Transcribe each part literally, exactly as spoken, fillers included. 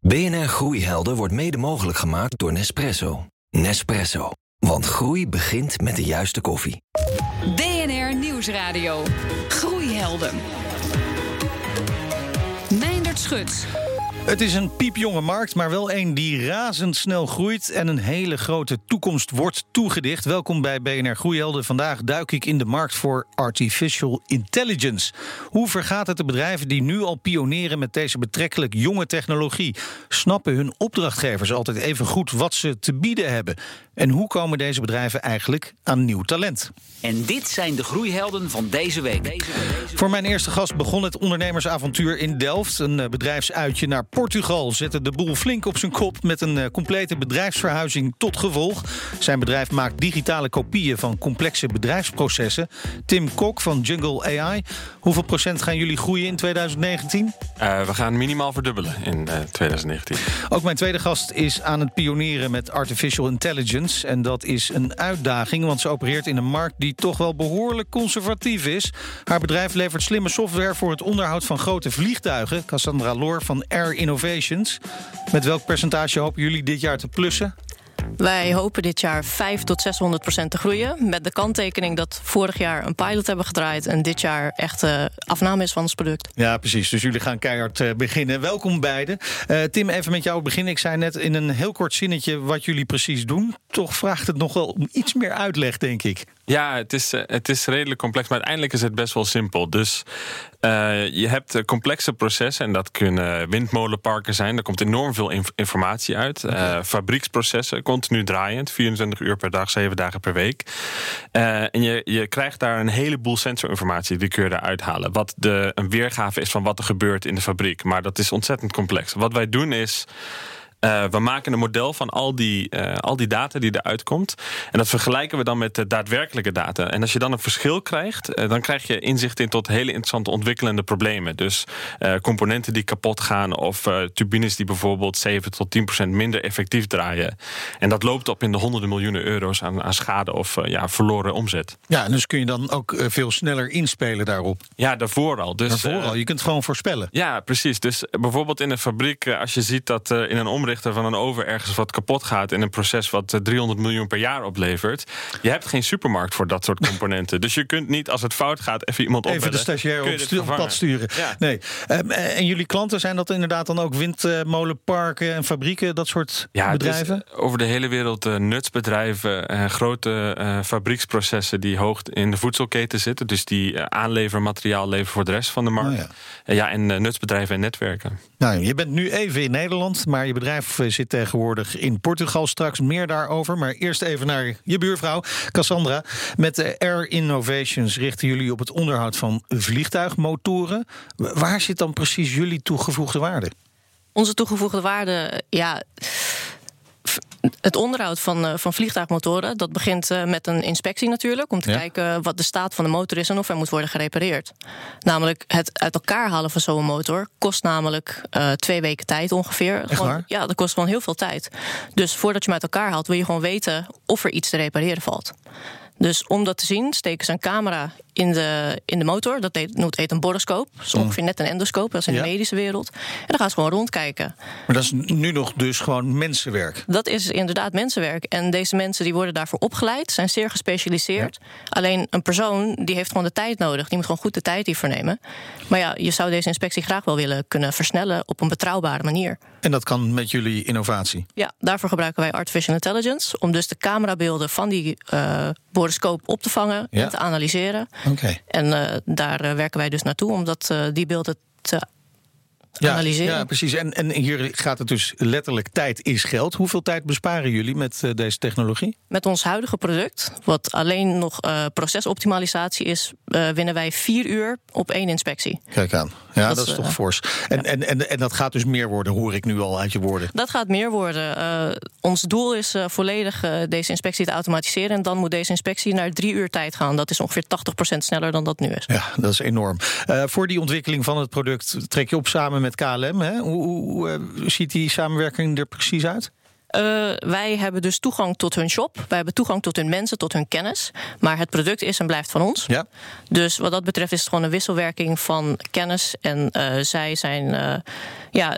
B N R Groeihelden wordt mede mogelijk gemaakt door Nespresso. Nespresso. Want groei begint met de juiste koffie. B N R Nieuwsradio. Groeihelden. Meindert Schut. Het is een piepjonge markt, maar wel een die razendsnel groeit en een hele grote toekomst wordt toegedicht. Welkom bij B N R Groeihelden. Vandaag duik ik in de markt voor artificial intelligence. Hoe vergaat het de bedrijven die nu al pioneren met deze betrekkelijk jonge technologie? Snappen hun opdrachtgevers altijd even goed wat ze te bieden hebben? En hoe komen deze bedrijven eigenlijk aan nieuw talent? En dit zijn de groeihelden van deze week. Deze week. Voor mijn eerste gast begon het ondernemersavontuur in Delft. Een bedrijfsuitje naar Portugal zette de boel flink op zijn kop met een complete bedrijfsverhuizing tot gevolg. Zijn bedrijf maakt digitale kopieën van complexe bedrijfsprocessen. Tim Kok van Jungle A I. Hoeveel procent gaan jullie groeien in twintig negentien? Uh, we gaan minimaal verdubbelen in uh, twintig negentien. Ook mijn tweede gast is aan het pioneren met artificial intelligence. En dat is een uitdaging, want ze opereert in een markt die toch wel behoorlijk conservatief is. Haar bedrijf levert slimme software voor het onderhoud van grote vliegtuigen. Cassandra Loor van Air Innovations. Met welk percentage hopen jullie dit jaar te plussen? Wij hopen dit jaar vijf tot zeshonderd procent te groeien. Met de kanttekening dat vorig jaar een pilot hebben gedraaid en dit jaar echt uh, afname is van ons product. Ja, precies. Dus jullie gaan keihard uh, beginnen. Welkom beiden. Uh, Tim, even met jou beginnen. Ik zei net in een heel kort zinnetje wat jullie precies doen. Toch vraagt het nog wel om iets meer uitleg, denk ik. Ja, het is, uh, het is redelijk complex, maar uiteindelijk is het best wel simpel. Dus uh, je hebt uh, complexe processen en dat kunnen windmolenparken zijn. Er komt enorm veel inf- informatie uit. Okay. Uh, fabrieksprocessen, continu draaiend, vierentwintig uur per dag, zeven dagen per week. Uh, en je, je krijgt daar een heleboel sensorinformatie, die kun je eruit halen. Wat de, een weergave is van wat er gebeurt in de fabriek. Maar dat is ontzettend complex. Wat wij doen is, Uh, we maken een model van al die, uh, al die data die eruit komt. En dat vergelijken we dan met de daadwerkelijke data. En als je dan een verschil krijgt, uh, dan krijg je inzicht in tot hele interessante ontwikkelende problemen. Dus uh, componenten die kapot gaan of uh, turbines die bijvoorbeeld zeven tot tien procent minder effectief draaien. En dat loopt op in de honderden miljoenen euro's aan, aan schade of uh, ja, verloren omzet. Ja, en dus kun je dan ook uh, veel sneller inspelen daarop. Ja, daarvoor al. Dus, daarvoor al. Je kunt gewoon voorspellen. Ja, precies. Dus bijvoorbeeld in een fabriek, uh, als je ziet dat uh, in een omrichter van een oven ergens wat kapot gaat in een proces wat driehonderd miljoen per jaar oplevert. Je hebt geen supermarkt voor dat soort componenten. Dus je kunt niet, als het fout gaat, even iemand opbellen. Even de stagiair op, stu- op pad sturen. Ja. Nee. Um, en jullie klanten, zijn dat inderdaad dan ook windmolenparken en fabrieken, dat soort ja, bedrijven? Het is over de hele wereld uh, nutsbedrijven, uh, grote uh, fabrieksprocessen die hoog in de voedselketen zitten. Dus die uh, aanlevermateriaal leveren voor de rest van de markt. Oh ja. Uh, ja, en uh, nutsbedrijven en netwerken. Nou, je bent nu even in Nederland, maar je bedrijf zit tegenwoordig in Portugal. Straks meer daarover. Maar eerst even naar je buurvrouw, Cassandra. Met Air Innovations richten jullie op het onderhoud van vliegtuigmotoren. Waar zit dan precies jullie toegevoegde waarde? Onze toegevoegde waarde, ja, het onderhoud van, van vliegtuigmotoren, dat begint met een inspectie natuurlijk, om te ja. kijken wat de staat van de motor is en of er moet worden gerepareerd. Namelijk het uit elkaar halen van zo'n motor kost namelijk uh, twee weken tijd ongeveer. Echt waar? Ja, dat kost gewoon heel veel tijd. Dus voordat je hem uit elkaar haalt, wil je gewoon weten of er iets te repareren valt. Dus om dat te zien, steken ze een camera in de, in de motor. Dat heet, heet een boroscoop. Dat is ongeveer net een endoscoop, dat is in ja. de medische wereld. En dan gaan ze gewoon rondkijken. Maar dat is nu nog dus gewoon mensenwerk? Dat is inderdaad mensenwerk. En deze mensen die worden daarvoor opgeleid, zijn zeer gespecialiseerd. Ja. Alleen een persoon die heeft gewoon de tijd nodig. Die moet gewoon goed de tijd hiervoor nemen. Maar ja, je zou deze inspectie graag wel willen kunnen versnellen op een betrouwbare manier. En dat kan met jullie innovatie? Ja, daarvoor gebruiken wij artificial intelligence. Om dus de camerabeelden van die uh, boroscoop op te vangen ja. en te analyseren. Okay. En uh, daar uh, werken wij dus naartoe om dat, uh, die beelden te ja, analyseren. Ja, precies. En, en hier gaat het dus letterlijk tijd is geld. Hoeveel tijd besparen jullie met uh, deze technologie? Met ons huidige product, wat alleen nog uh, procesoptimalisatie is, uh, winnen wij vier uur op één inspectie. Kijk aan. Ja, dat, dat is uh, toch fors. En, ja. en, en, en dat gaat dus meer worden, hoor ik nu al uit je woorden. Dat gaat meer worden. Uh, ons doel is uh, volledig uh, deze inspectie te automatiseren. En dan moet deze inspectie naar drie uur tijd gaan. Dat is ongeveer tachtig procent sneller dan dat nu is. Ja, dat is enorm. Uh, voor die ontwikkeling van het product trek je op samen met K L M. Hè? Hoe, hoe uh, ziet die samenwerking er precies uit? Uh, wij hebben dus toegang tot hun shop. Wij hebben toegang tot hun mensen, tot hun kennis. Maar het product is en blijft van ons. Ja. Dus wat dat betreft is het gewoon een wisselwerking van kennis. En uh, zij zijn uh, ja,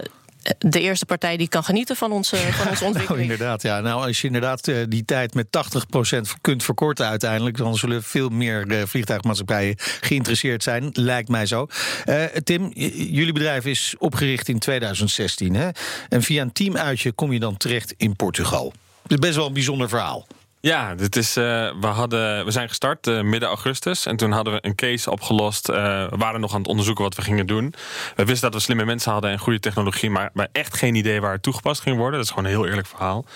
de eerste partij die kan genieten van onze, van onze ontwikkeling. Nou, inderdaad, ja. Nou, als je inderdaad uh, die tijd met tachtig procent kunt verkorten uiteindelijk, dan zullen veel meer uh, vliegtuigmaatschappijen geïnteresseerd zijn, lijkt mij zo. Uh, Tim, j- jullie bedrijf is opgericht in tweeduizend zestien. Hè? En via een teamuitje kom je dan terecht in Portugal. Dat is best wel een bijzonder verhaal. Ja, dit is, uh, we, hadden, we zijn gestart uh, midden augustus. En toen hadden we een case opgelost. Uh, we waren nog aan het onderzoeken wat we gingen doen. We wisten dat we slimme mensen hadden en goede technologie, maar we echt geen idee waar het toegepast ging worden. Dat is gewoon een heel eerlijk verhaal.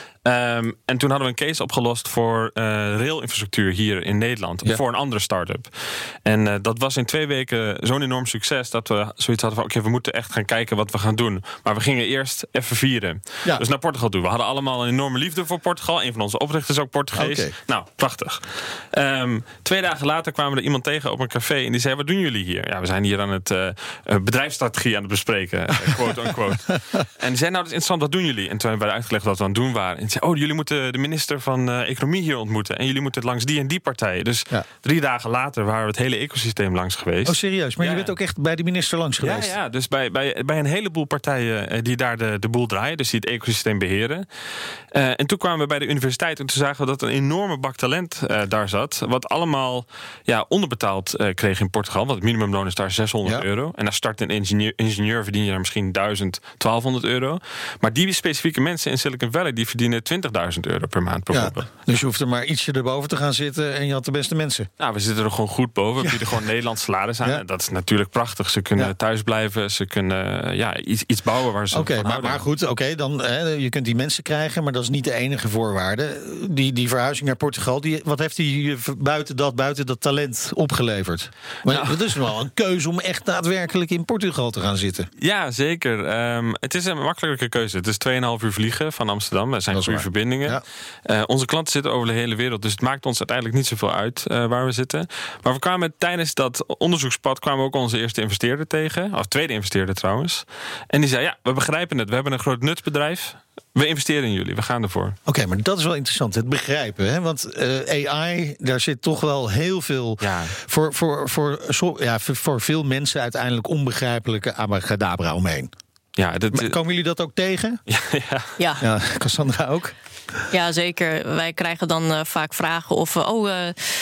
Um, en toen hadden we een case opgelost voor uh, railinfrastructuur hier in Nederland. Ja. Voor een andere start-up. En uh, dat was in twee weken zo'n enorm succes dat we zoiets hadden van oké, okay, we moeten echt gaan kijken wat we gaan doen. Maar we gingen eerst even vieren. Ja. Dus naar Portugal toe. We hadden allemaal een enorme liefde voor Portugal. Een van onze oprichters is ook Portugees. Okay. Nou, prachtig. Um, twee dagen later kwamen we er iemand tegen op een café en die zei, wat doen jullie hier? Ja, we zijn hier aan het uh, bedrijfsstrategie aan het bespreken. Uh, quote unquote. En die zei, nou, dat is interessant, wat doen jullie? En toen hebben we uitgelegd wat we aan het doen waren. En zei, oh, jullie moeten de minister van uh, Economie hier ontmoeten. En jullie moeten langs die en die partij. Dus ja. drie dagen later waren we het hele ecosysteem langs geweest. Oh, serieus? Maar ja. je bent ook echt bij de minister langs geweest? Ja, ja. Dus bij, bij, bij een heleboel partijen die daar de, de boel draaien. Dus die het ecosysteem beheren. Uh, en toen kwamen we bij de universiteit en toen zagen we dat een enorme bak talent uh, daar zat. Wat allemaal ja, onderbetaald uh, kreeg in Portugal. Want het minimumloon is daar zeshonderd ja. euro. En daar start een ingenieur, ingenieur verdien je daar misschien duizend, twaalfhonderd euro. Maar die specifieke mensen in Silicon Valley die verdienen twintigduizend euro per maand bijvoorbeeld. Ja, dus je hoeft er maar ietsje erboven te gaan zitten en je had de beste mensen. Nou, we zitten er gewoon goed boven. We ja. bieden gewoon Nederlands salaris aan. Ja. En dat is natuurlijk prachtig. Ze kunnen ja. thuis blijven. Ze kunnen ja, iets, iets bouwen waar ze Oké, van maar, houden. maar goed, okay, dan hè, je kunt die mensen krijgen, maar dat is niet de enige voorwaarde. Die, die verhuizing naar Portugal, die, wat heeft die buiten dat, buiten dat talent opgeleverd? Maar nou. dat is wel een keuze om echt daadwerkelijk in Portugal te gaan zitten. Ja, zeker. Um, het is een makkelijke keuze. Het is twee en een half uur vliegen van Amsterdam. Er zijn goede waar. verbindingen. Ja. Uh, onze klanten zitten over de hele wereld, dus het maakt ons uiteindelijk niet zoveel uit uh, waar we zitten. Maar we kwamen tijdens dat onderzoekspad kwamen we ook onze eerste investeerder tegen, of tweede investeerder trouwens. En die zei, ja, we begrijpen het. We hebben een groot nutsbedrijf. We investeren in jullie, we gaan ervoor. Oké, okay, maar dat is wel interessant, het begrijpen. Hè? Want uh, A I, daar zit toch wel heel veel ja. voor, voor, voor, voor, ja, voor veel mensen uiteindelijk onbegrijpelijke abracadabra omheen. Ja, dat, maar komen jullie dat ook tegen? Ja, ja. ja. ja Cassandra ook? Ja, zeker. Wij krijgen dan uh, vaak vragen of... Uh, oh, uh,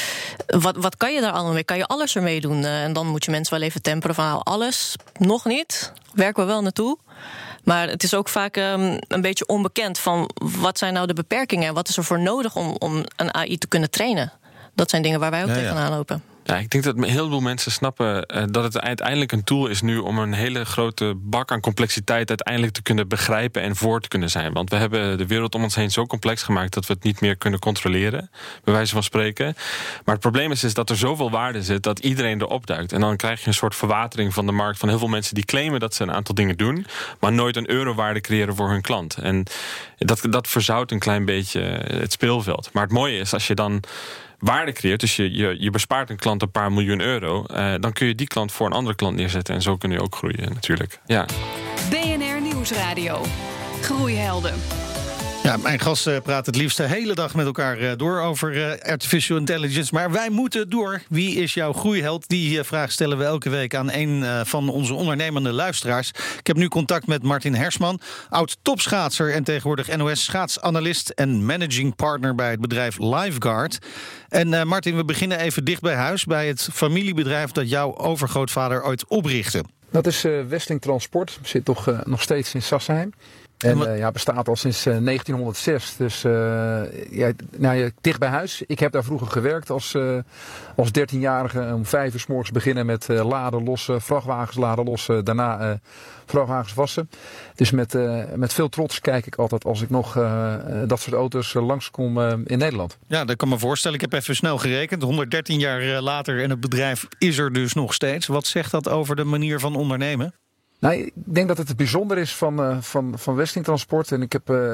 wat, wat kan je daar allemaal mee? Kan je alles ermee doen? Uh, en dan moet je mensen wel even temperen van... Nou, alles, nog niet. Werken we wel naartoe. Maar het is ook vaak um, een beetje onbekend van... wat zijn nou de beperkingen en wat is er voor nodig om, om een A I te kunnen trainen? Dat zijn dingen waar wij ook ja, tegenaan ja. lopen. Ja, ik denk dat heel veel mensen snappen uh, dat het uiteindelijk een tool is nu om een hele grote bak aan complexiteit uiteindelijk te kunnen begrijpen en voor te kunnen zijn. Want we hebben de wereld om ons heen zo complex gemaakt dat we het niet meer kunnen controleren, bij wijze van spreken. Maar het probleem is, is dat er zoveel waarde zit dat iedereen erop duikt. En dan krijg je een soort verwatering van de markt van heel veel mensen die claimen dat ze een aantal dingen doen, maar nooit een eurowaarde creëren voor hun klant. En dat, dat verzoudt een klein beetje het speelveld. Maar het mooie is, als je dan waarde creëert, dus je, je, je bespaart een klant een paar miljoen euro, uh, dan kun je die klant voor een andere klant neerzetten en zo kun je ook groeien natuurlijk. Ja. B N R Nieuwsradio. Groeihelden. Ja, mijn gasten praten het liefst de hele dag met elkaar door over uh, artificial intelligence. Maar wij moeten door. Wie is jouw groeiheld? Die uh, vraag stellen we elke week aan een uh, van onze ondernemende luisteraars. Ik heb nu contact met Martin Hersman, oud-topschaatser en tegenwoordig N O S schaatsanalist en managing partner bij het bedrijf Lifeguard. En uh, Martin, we beginnen even dicht bij huis, bij het familiebedrijf dat jouw overgrootvader ooit oprichtte. Dat is uh, Westling Transport, zit toch uh, nog steeds in Sassheim. En uh, ja, bestaat al sinds uh, negentienhonderdzes. Dus uh, ja, nou ja, dicht bij huis. Ik heb daar vroeger gewerkt als, uh, als dertienjarige. Om vijf uur 's morgens beginnen met uh, laden, lossen, vrachtwagens laden, lossen. Daarna uh, vrachtwagens wassen. Dus met, uh, met veel trots kijk ik altijd als ik nog uh, dat soort auto's uh, langskom uh, in Nederland. Ja, dat kan me voorstellen. Ik heb even snel gerekend. honderddertien jaar later en het bedrijf is er dus nog steeds. Wat zegt dat over de manier van ondernemen? Nou, ik denk dat het het bijzonder is van, uh, van, van Westling Transport. En ik heb uh,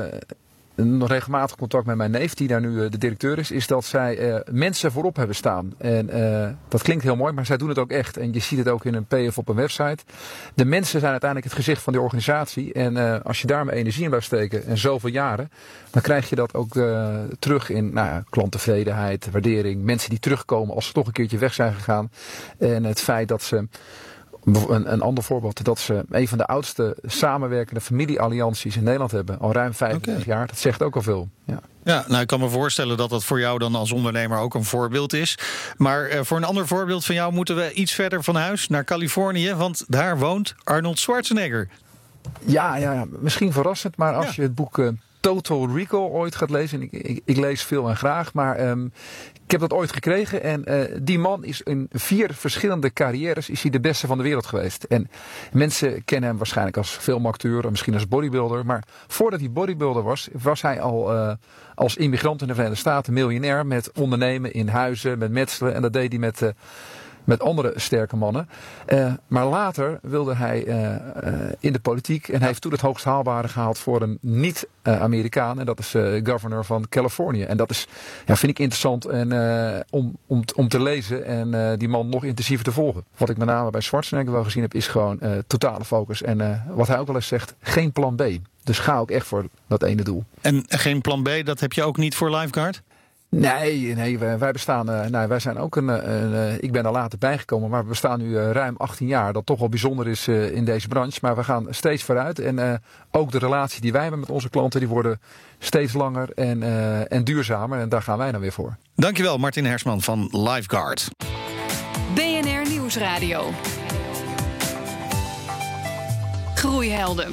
nog regelmatig contact met mijn neef, die daar nu uh, de directeur is. Is dat zij uh, mensen voorop hebben staan. En uh, dat klinkt heel mooi, maar zij doen het ook echt. En je ziet het ook in een P of op een website. De mensen zijn uiteindelijk het gezicht van die organisatie. En uh, als je daar maar energie in blijft steken en zoveel jaren, dan krijg je dat ook uh, terug in nou ja, klanttevredenheid, waardering. Mensen die terugkomen als ze toch een keertje weg zijn gegaan. En het feit dat ze Een, een ander voorbeeld, dat ze een van de oudste samenwerkende familieallianties in Nederland hebben. Al ruim vijfendertig okay. jaar. Dat zegt ook al veel. Ja. Ja, nou, ik kan me voorstellen dat dat voor jou dan als ondernemer ook een voorbeeld is. Maar uh, voor een ander voorbeeld van jou moeten we iets verder van huis naar Californië. Want daar woont Arnold Schwarzenegger. Ja, ja, ja misschien verrassend. Maar als ja. je het boek uh, Total Recall ooit gaat lezen. Ik, ik, ik lees veel en graag. Maar um, ik heb dat ooit gekregen. En uh, die man is in vier verschillende carrières is hij de beste van de wereld geweest. En mensen kennen hem waarschijnlijk als filmacteur. Misschien als bodybuilder. Maar voordat hij bodybuilder was, was hij al uh, als immigrant in de Verenigde Staten miljonair. Met ondernemen in huizen, met metselen. En dat deed hij met... Uh, Met andere sterke mannen. Uh, maar later wilde hij uh, uh, in de politiek. En hij heeft toen het hoogst haalbare gehaald voor een niet-Amerikaan. En dat is uh, governor van Californië. En dat is, ja, vind ik interessant en, uh, om, om, om te lezen. En uh, die man nog intensiever te volgen. Wat ik met name bij Schwarzenegger wel gezien heb, is gewoon uh, totale focus. En uh, wat hij ook wel eens zegt, geen plan B. Dus ga ook echt voor dat ene doel. En geen plan B, dat heb je ook niet voor Lifeguard? Nee, nee wij, wij bestaan. Uh, nou, wij zijn ook een. een uh, ik ben er later bijgekomen, maar we bestaan nu uh, ruim achttien jaar. Dat toch wel bijzonder is uh, in deze branche. Maar we gaan steeds vooruit. En uh, ook de relatie die wij hebben met onze klanten, die worden steeds langer en, uh, en duurzamer. En daar gaan wij dan weer voor. Dankjewel, Martin Hersman van Lifeguard. B N R Nieuwsradio. Groeihelden.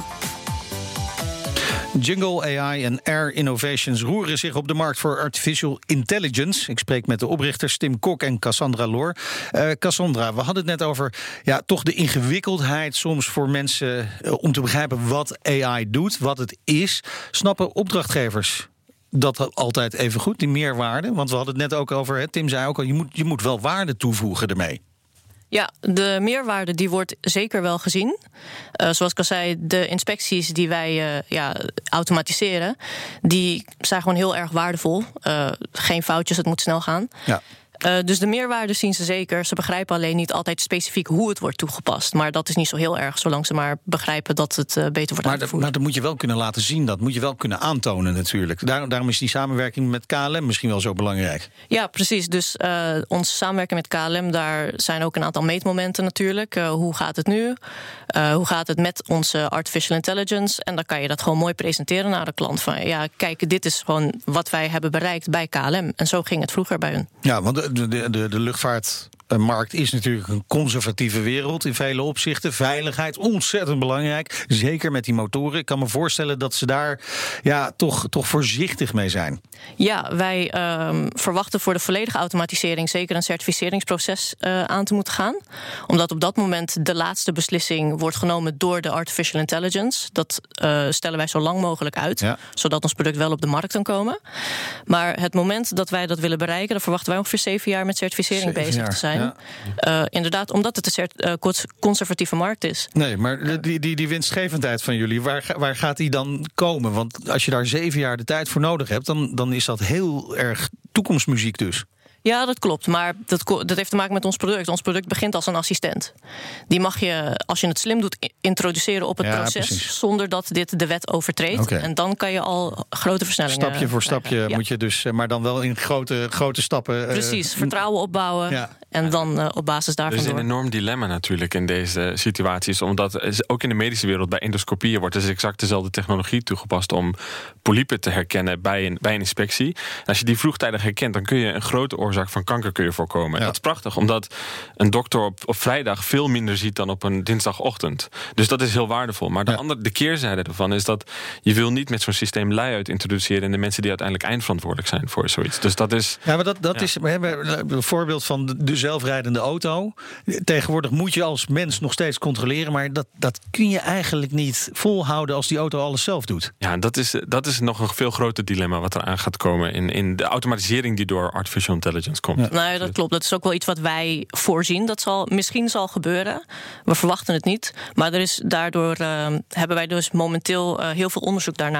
Jungle A I en Air Innovations roeren zich op de markt voor artificial intelligence. Ik spreek met de oprichters Tim Kok en Cassandra Loor. Uh, Cassandra, we hadden het net over ja, toch de ingewikkeldheid soms voor mensen uh, om te begrijpen wat A I doet, wat het is. Snappen opdrachtgevers dat altijd even goed, die meerwaarde? Want we hadden het net ook over, hè, Tim zei ook al, je moet, je moet wel waarde toevoegen ermee. Ja, de meerwaarde die wordt zeker wel gezien. Uh, zoals ik al zei, de inspecties die wij uh, ja, automatiseren, die zijn gewoon heel erg waardevol. Uh, geen foutjes, het moet snel gaan. Ja. Uh, dus de meerwaarde zien ze zeker. Ze begrijpen alleen niet altijd specifiek hoe het wordt toegepast. Maar dat is niet zo heel erg, zolang ze maar begrijpen dat het uh, beter wordt maar uitgevoerd. Maar dat moet je wel kunnen laten zien, dat moet je wel kunnen aantonen natuurlijk. Daar, daarom is die samenwerking met K L M misschien wel zo belangrijk. Ja, precies. Dus uh, onze samenwerking met K L M, daar zijn ook een aantal meetmomenten natuurlijk. Uh, hoe gaat het nu? Uh, hoe gaat het met onze artificial intelligence? En dan kan je dat gewoon mooi presenteren naar de klant. Van ja, kijk, dit is gewoon wat wij hebben bereikt bij K L M. En zo ging het vroeger bij hun. Ja, want de, de, de, de luchtvaartmarkt is natuurlijk een conservatieve wereld in vele opzichten. Veiligheid, ontzettend belangrijk. Zeker met die motoren. Ik kan me voorstellen dat ze daar ja, toch, toch voorzichtig mee zijn. Ja, wij um, verwachten voor de volledige automatisering zeker een certificeringsproces uh, aan te moeten gaan. Omdat op dat moment de laatste beslissing wordt genomen door de artificial intelligence. Dat uh, stellen wij zo lang mogelijk uit, ja. Zodat ons product wel op de markt kan komen. Maar het moment dat wij dat willen bereiken, dan verwachten wij ongeveer zeven jaar met certificering zeven bezig jaar, te zijn. Ja. Uh, inderdaad, omdat het een cert- uh, conservatieve markt is. Nee, maar die, die, die winstgevendheid van jullie, waar, waar gaat die dan komen? Want als je daar zeven jaar de tijd voor nodig hebt, dan, dan is dat heel erg toekomstmuziek dus. Ja, dat klopt. Maar dat, dat heeft te maken met ons product. Ons product begint als een assistent. Die mag je, als je het slim doet, introduceren op het ja, proces, precies. Zonder dat dit de wet overtreedt. Okay. En dan kan je al grote versnellingen Stapje voor stapje ja. moet je dus, maar dan wel in grote, grote stappen. Precies, uh, vertrouwen opbouwen. Ja. En dan uh, op basis daarvan Er is door. een enorm dilemma natuurlijk in deze situaties. Omdat ook in de medische wereld bij endoscopieën wordt dus exact dezelfde technologie toegepast om polypen te herkennen bij een, bij een inspectie. En als je die vroegtijdig herkent, dan kun je een grote oorzaak van kanker kun je voorkomen. Ja. Dat is prachtig, omdat een dokter op, op vrijdag veel minder ziet dan op een dinsdagochtend. Dus dat is heel waardevol. Maar de, ja. andere, de keerzijde ervan is dat je wil niet met zo'n systeem lui uit introduceren en de mensen die uiteindelijk eindverantwoordelijk zijn voor zoiets. Dus dat is... Ja, maar dat, dat ja. is we hebben een voorbeeld van de, de zelfrijdende auto. Tegenwoordig moet je als mens nog steeds controleren, maar dat, dat kun je eigenlijk niet volhouden als die auto alles zelf doet. Ja, dat is, dat is nog een veel groter dilemma wat eraan gaat komen in, in de automatisering die door artificial intelligence komt. Ja. Nou ja, dat klopt. Dat is ook wel iets wat wij voorzien. Dat zal misschien zal gebeuren. We verwachten het niet. Maar er is daardoor uh, hebben wij dus momenteel uh, heel veel onderzoek daarnaar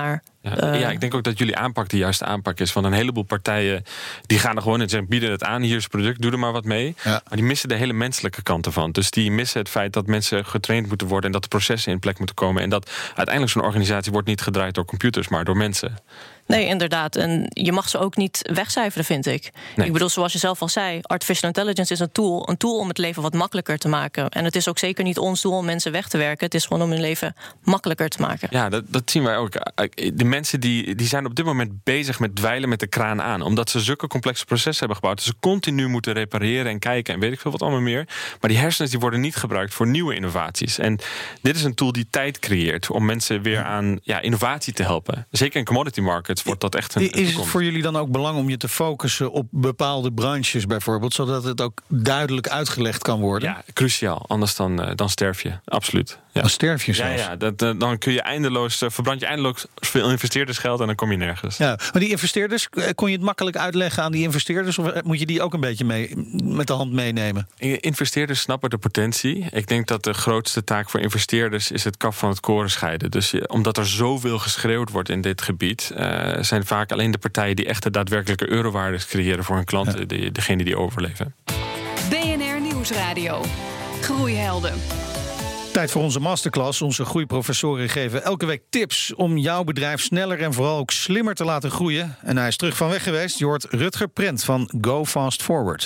Ja, uh, ja, ik denk ook dat jullie aanpak de juiste aanpak is. Want een heleboel partijen die gaan er gewoon in en zeggen, bieden het aan, hier is het product, doe er maar wat mee. Ja. Maar die missen de hele menselijke kant ervan. Dus die missen het feit dat mensen getraind moeten worden en dat de processen in plek moeten komen. En dat uiteindelijk zo'n organisatie wordt niet gedraaid door computers, maar door mensen. Nee, inderdaad. En je mag ze ook niet wegcijferen, vind ik. Nee. Ik bedoel, zoals je zelf al zei, artificial intelligence is een tool. Een tool om het leven wat makkelijker te maken. En het is ook zeker niet ons doel om mensen weg te werken. Het is gewoon om hun leven makkelijker te maken. Ja, dat, dat zien wij ook. De mensen die, die zijn op dit moment bezig met dweilen met de kraan aan. Omdat ze zulke complexe processen hebben gebouwd. Dat ze continu moeten repareren en kijken en weet ik veel wat allemaal meer. Maar die hersens die worden niet gebruikt voor nieuwe innovaties. En dit is een tool die tijd creëert om mensen weer aan ja, innovatie te helpen. Zeker in commodity markets wordt dat echt een Is het voor jullie dan ook belang om je te focussen op bepaalde branches bijvoorbeeld, zodat het ook duidelijk uitgelegd kan worden? Ja, cruciaal. Anders dan, dan sterf je. Absoluut. Ja. Dan sterf je zelfs. Ja, ja dat, dan kun je eindeloos, verbrand je eindeloos veel investeerdersgeld en dan kom je nergens. Ja, maar die investeerders, kon je het makkelijk uitleggen aan die investeerders, of moet je die ook een beetje mee, met de hand meenemen? Investeerders snappen de potentie. Ik denk dat de grootste taak voor investeerders is het kaf van het koren scheiden. Dus omdat er zoveel geschreeuwd wordt in dit gebied, uh, zijn vaak alleen de partijen die echt de daadwerkelijke eurowaardes creëren voor hun klanten, ja. de, degene die overleven. B N R Nieuwsradio. Groeihelden. Tijd voor onze masterclass. Onze groeiprofessoren geven elke week tips om jouw bedrijf sneller en vooral ook slimmer te laten groeien. En hij is terug van weg geweest. Je hoort Rutger Prent van Go Fast Forward.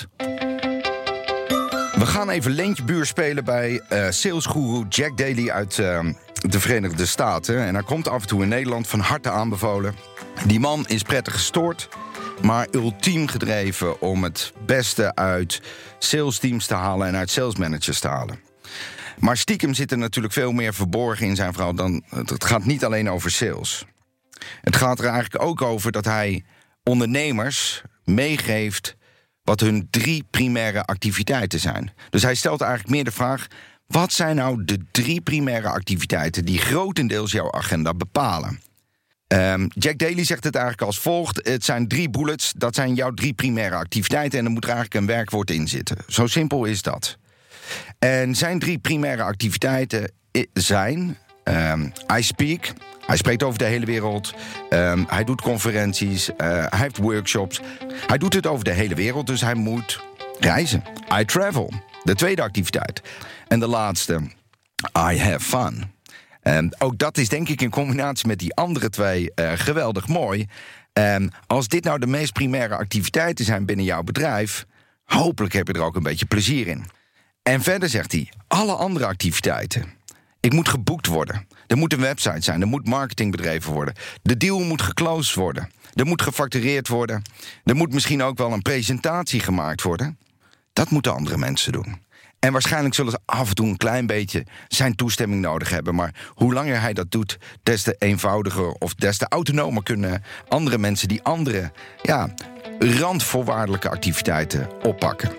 We gaan even leentjebuur spelen bij uh, salesgoeroe Jack Daly uit uh, de Verenigde Staten. En hij komt af en toe in Nederland, van harte aanbevolen. Die man is prettig gestoord, maar ultiem gedreven om het beste uit salesteams te halen en uit salesmanagers te halen. Maar stiekem zit er natuurlijk veel meer verborgen in zijn verhaal dan. Het gaat niet alleen over sales. Het gaat er eigenlijk ook over dat hij ondernemers meegeeft wat hun drie primaire activiteiten zijn. Dus hij stelt eigenlijk meer de vraag: wat zijn nou de drie primaire activiteiten die grotendeels jouw agenda bepalen? Um, Jack Daly zegt het eigenlijk als volgt: het zijn drie bullets, dat zijn jouw drie primaire activiteiten en er moet er eigenlijk een werkwoord in zitten. Zo simpel is dat. En zijn drie primaire activiteiten zijn um, I speak. Hij spreekt over de hele wereld. Um, hij doet conferenties. Uh, hij heeft workshops. Hij doet het over de hele wereld, dus hij moet reizen. I travel. De tweede activiteit. En de laatste, I have fun. Um, ook dat is denk ik in combinatie met die andere twee uh, geweldig mooi. Um, als dit nou de meest primaire activiteiten zijn binnen jouw bedrijf, hopelijk heb je er ook een beetje plezier in. En verder zegt hij, alle andere activiteiten. Ik moet geboekt worden. Er moet een website zijn. Er moet marketing bedreven worden. De deal moet geclosed worden. Er moet gefactureerd worden. Er moet misschien ook wel een presentatie gemaakt worden. Dat moeten andere mensen doen. En waarschijnlijk zullen ze af en toe een klein beetje zijn toestemming nodig hebben. Maar hoe langer hij dat doet, des te eenvoudiger of des te autonomer kunnen andere mensen die andere, ja, randvoorwaardelijke activiteiten oppakken.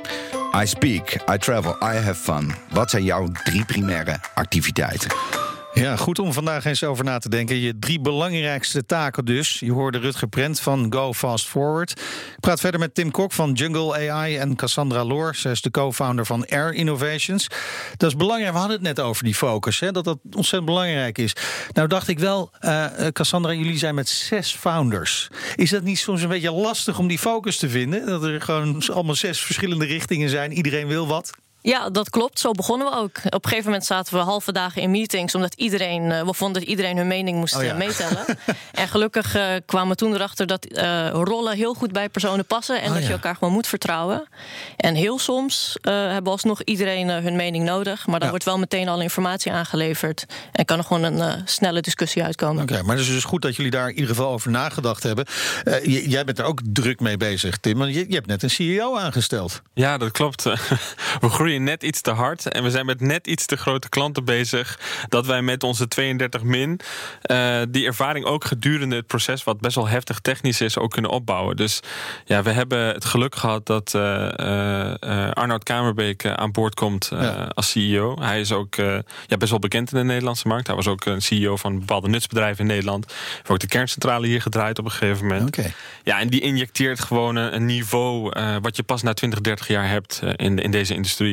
I speak, I travel, I have fun. Wat zijn jouw drie primaire activiteiten? Ja, goed om vandaag eens over na te denken. Je drie belangrijkste taken dus. Je hoorde Rutger Prent van Go Fast Forward. Ik praat verder met Tim Kok van Jungle A I en Cassandra Loor. Zij is de co-founder van Air Innovations. Dat is belangrijk. We hadden het net over die focus, hè, dat dat ontzettend belangrijk is. Nou dacht ik wel, uh, Cassandra, jullie zijn met zes founders. Is dat niet soms een beetje lastig om die focus te vinden? Dat er gewoon allemaal zes verschillende richtingen zijn. Iedereen wil wat? Ja, dat klopt. Zo begonnen we ook. Op een gegeven moment zaten we halve dagen in meetings, omdat iedereen, we vonden dat iedereen hun mening moest oh ja. meetellen. En gelukkig uh, kwamen we toen erachter dat uh, rollen heel goed bij personen passen en oh dat ja. je elkaar gewoon moet vertrouwen. En heel soms uh, hebben we alsnog iedereen uh, hun mening nodig, maar dan ja. wordt wel meteen al informatie aangeleverd en kan er gewoon een uh, snelle discussie uitkomen. Oké, okay, maar het is dus goed dat jullie daar in ieder geval over nagedacht hebben. Uh, j- jij bent er ook druk mee bezig, Tim, want je, je hebt net een C E O aangesteld. Ja, dat klopt. We groeien net iets te hard en we zijn met net iets te grote klanten bezig, dat wij met onze tweeëndertig min uh, die ervaring ook gedurende het proces, wat best wel heftig technisch is, ook kunnen opbouwen. Dus ja, we hebben het geluk gehad dat uh, uh, Arnoud Kamerbeek uh, aan boord komt uh, ja. als C E O. Hij is ook uh, ja, best wel bekend in de Nederlandse markt. Hij was ook een C E O van bepaalde nutsbedrijven in Nederland. Hij heeft ook de kerncentrale hier gedraaid op een gegeven moment. Okay. Ja, en die injecteert gewoon een niveau uh, wat je pas na twintig, dertig jaar hebt uh, in, in deze industrie.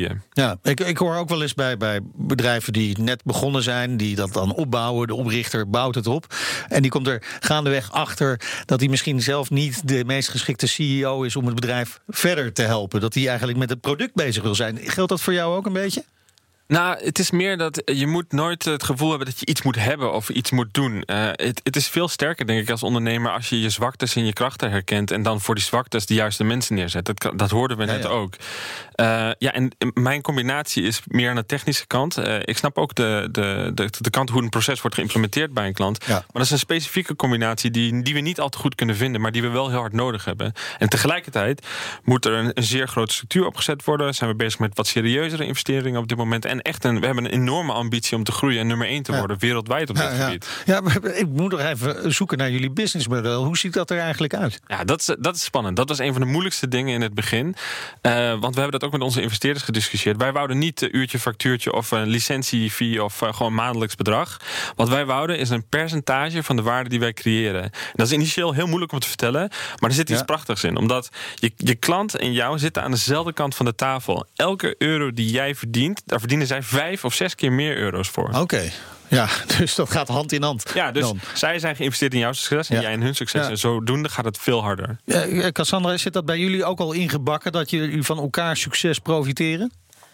groeien. Ja, ik, ik hoor ook wel eens bij, bij bedrijven die net begonnen zijn, die dat dan opbouwen. De oprichter bouwt het op. En die komt er gaandeweg achter dat hij misschien zelf niet de meest geschikte C E O is om het bedrijf verder te helpen. Dat hij eigenlijk met het product bezig wil zijn. Geldt dat voor jou ook een beetje? Nou, het is meer dat je moet nooit het gevoel hebben dat je iets moet hebben of iets moet doen. Uh, het, het is veel sterker, denk ik, als ondernemer als je je zwaktes en je krachten herkent en dan voor die zwaktes de juiste mensen neerzet. Dat, dat hoorden we net ja, ja. ook. Uh, ja, en mijn combinatie is meer aan de technische kant. Uh, ik snap ook de, de, de, de kant hoe een proces wordt geïmplementeerd bij een klant. Ja. Maar dat is een specifieke combinatie die, die we niet altijd goed kunnen vinden, maar die we wel heel hard nodig hebben. En tegelijkertijd moet er een, een zeer grote structuur opgezet worden. Zijn we bezig met wat serieuzere investeringen op dit moment. En echt een, we hebben een enorme ambitie om te groeien en nummer één te worden, ja. wereldwijd op dit ja, gebied. Ja. ja, maar ik moet nog even zoeken naar jullie businessmodel. Hoe ziet dat er eigenlijk uit? Ja, dat is, dat is spannend. Dat was een van de moeilijkste dingen in het begin. Uh, want we hebben dat ook met onze investeerders gediscussieerd. Wij wouden niet een uurtje, factuurtje of een licentiefee of uh, gewoon maandelijks bedrag. Wat wij wouden is een percentage van de waarde die wij creëren. En dat is initieel heel moeilijk om te vertellen, maar er zit iets ja. prachtigs in. Omdat je, je klant en jou zitten aan dezelfde kant van de tafel. Elke euro die jij verdient, daar verdienen zij vijf of zes keer meer euro's voor. Oké. Okay. Ja, dus dat gaat hand in hand. Ja, dus dan. Zij zijn geïnvesteerd in jouw succes en ja. jij in hun succes. Ja. En zodoende gaat het veel harder. Ja, Cassandra, zit dat bij jullie ook al ingebakken, dat jullie van elkaar succes profiteren?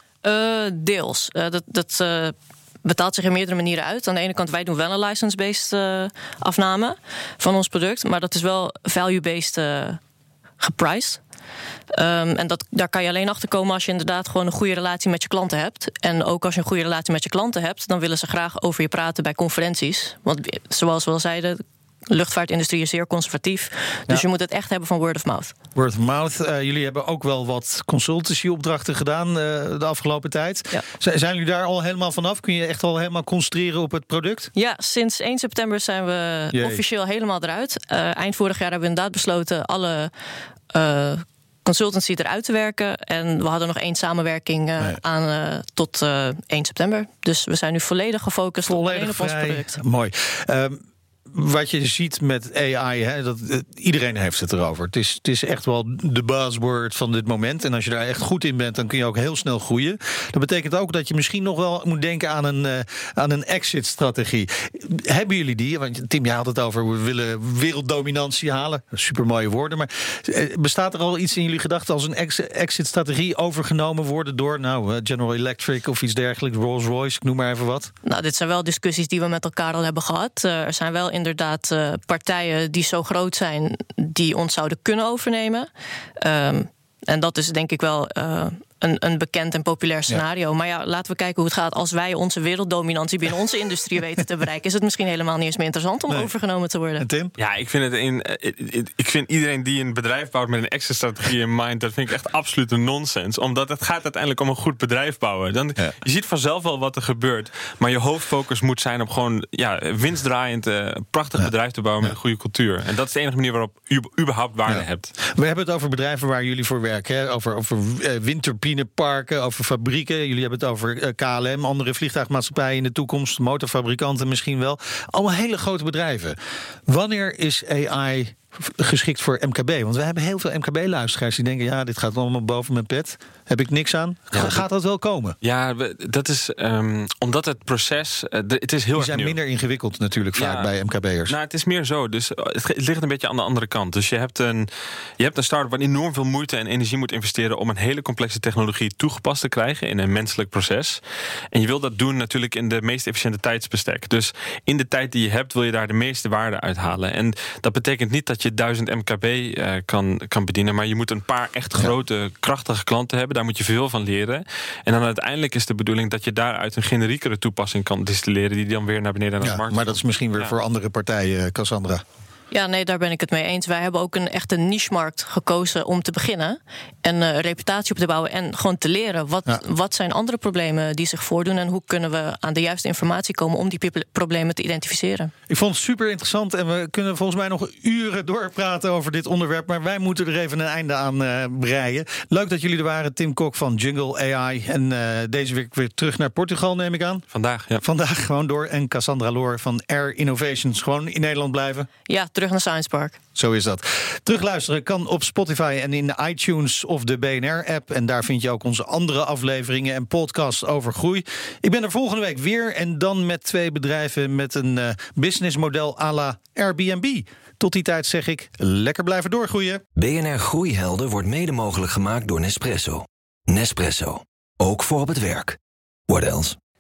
Uh, deels. Uh, dat dat uh, betaalt zich in meerdere manieren uit. Aan de ene kant, wij doen wel een license-based uh, afname van ons product, maar dat is wel value-based uh, gepriced. Um, en dat, daar kan je alleen achter komen als je inderdaad gewoon een goede relatie met je klanten hebt. En ook als je een goede relatie met je klanten hebt, dan willen ze graag over je praten bij conferenties. Want zoals we al zeiden, de luchtvaartindustrie is zeer conservatief. Dus ja. je moet het echt hebben van word of mouth. Word of mouth. Uh, jullie hebben ook wel wat consultancy-opdrachten gedaan uh, de afgelopen tijd. Ja. Z- zijn jullie daar al helemaal vanaf? Kun je echt al helemaal concentreren op het product? Ja, sinds één september zijn we Jee. officieel helemaal eruit. Uh, eind vorig jaar hebben we inderdaad besloten alle Uh, consultancy eruit te werken. En we hadden nog één samenwerking uh, nee. aan uh, tot uh, één september. Dus we zijn nu volledig gefocust volledig op, op ons product. Mooi. Um, Wat je ziet met A I, hè, dat, dat, iedereen heeft het erover. Het is, het is echt wel de buzzword van dit moment. En als je daar echt goed in bent, dan kun je ook heel snel groeien. Dat betekent ook dat je misschien nog wel moet denken aan een, uh, aan een exit-strategie. Hebben jullie die? Want Tim, je had het over, we willen werelddominantie halen. Supermooie woorden. Maar bestaat er al iets in jullie gedachten als een exit-strategie overgenomen worden door nou, General Electric of iets dergelijks, Rolls-Royce, ik noem maar even wat? Nou, dit zijn wel discussies die we met elkaar al hebben gehad. Uh, er zijn wel inderdaad uh, partijen die zo groot zijn die ons zouden kunnen overnemen. Um, en dat is denk ik wel uh, een, een bekend en populair scenario. Ja. Maar ja, laten we kijken hoe het gaat. Als wij onze werelddominantie binnen onze industrie weten te bereiken, is het misschien helemaal niet eens meer interessant om nee. overgenomen te worden. En Tim? Ja, ik vind het in. Ik vind iedereen die een bedrijf bouwt met een exit-strategie in mind, dat vind ik echt absoluut een nonsens. Omdat het gaat uiteindelijk om een goed bedrijf bouwen. Dan, ja. Je ziet vanzelf wel wat er gebeurt. Maar je hoofdfocus moet zijn op gewoon ja, winstdraaiend, uh, prachtig ja. bedrijf te bouwen met ja. een goede cultuur. En dat is de enige manier waarop u überhaupt waarde ja. hebt. We hebben het over bedrijven waar jullie voor werken. Hè? Over, over uh, windturbineparken, over fabrieken. Jullie hebben het over uh, K L M, andere vliegtuigmaatschappijen in de toekomst, motorfabrikanten misschien wel. Allemaal hele grote bedrijven. Wanneer is A I geschikt voor M K B? Want we hebben heel veel M K B-luisteraars die denken, ja, dit gaat allemaal boven mijn pet. Heb ik niks aan? Ja, gaat dat wel komen? Ja, dat is um, omdat het proces, uh, de, het is heel Die zijn erg minder ingewikkeld natuurlijk vaak ja, bij M K B'ers. Nou, het is meer zo. Dus het ligt een beetje aan de andere kant. Dus je hebt een, je hebt een start-up waar enorm veel moeite en energie moet investeren om een hele complexe technologie toegepast te krijgen in een menselijk proces. En je wil dat doen natuurlijk in de meest efficiënte tijdsbestek. Dus in de tijd die je hebt wil je daar de meeste waarde uithalen. En dat betekent niet dat je duizend M K B uh, kan, kan bedienen, maar je moet een paar echt grote, ja. krachtige klanten hebben. Daar moet je veel van leren. En dan uiteindelijk is de bedoeling dat je daaruit een generiekere toepassing kan distilleren die dan weer naar beneden naar de ja, markt maar dat is misschien weer ja. voor andere partijen, Cassandra. Ja, nee, daar ben ik het mee eens. Wij hebben ook een echte niche-markt gekozen om te beginnen. En uh, reputatie op te bouwen en gewoon te leren. Wat, ja. wat zijn andere problemen die zich voordoen en hoe kunnen we aan de juiste informatie komen om die pe- problemen te identificeren? Ik vond het super interessant en we kunnen volgens mij nog uren doorpraten over dit onderwerp. Maar wij moeten er even een einde aan uh, breien. Leuk dat jullie er waren. Tim Kok van Jungle A I. En uh, deze week weer terug naar Portugal, neem ik aan. Vandaag, ja. Vandaag gewoon door. En Cassandra Loor van Air Innovations. Gewoon in Nederland blijven. Ja, terug terug naar Science Park. Zo is dat. Terugluisteren kan op Spotify en in de iTunes of de B N R-app. En daar vind je ook onze andere afleveringen en podcasts over groei. Ik ben er volgende week weer en dan met twee bedrijven met een uh, businessmodel à la Airbnb. Tot die tijd zeg ik, lekker blijven doorgroeien. B N R Groeihelden wordt mede mogelijk gemaakt door Nespresso. Nespresso. Ook voor op het werk. What else?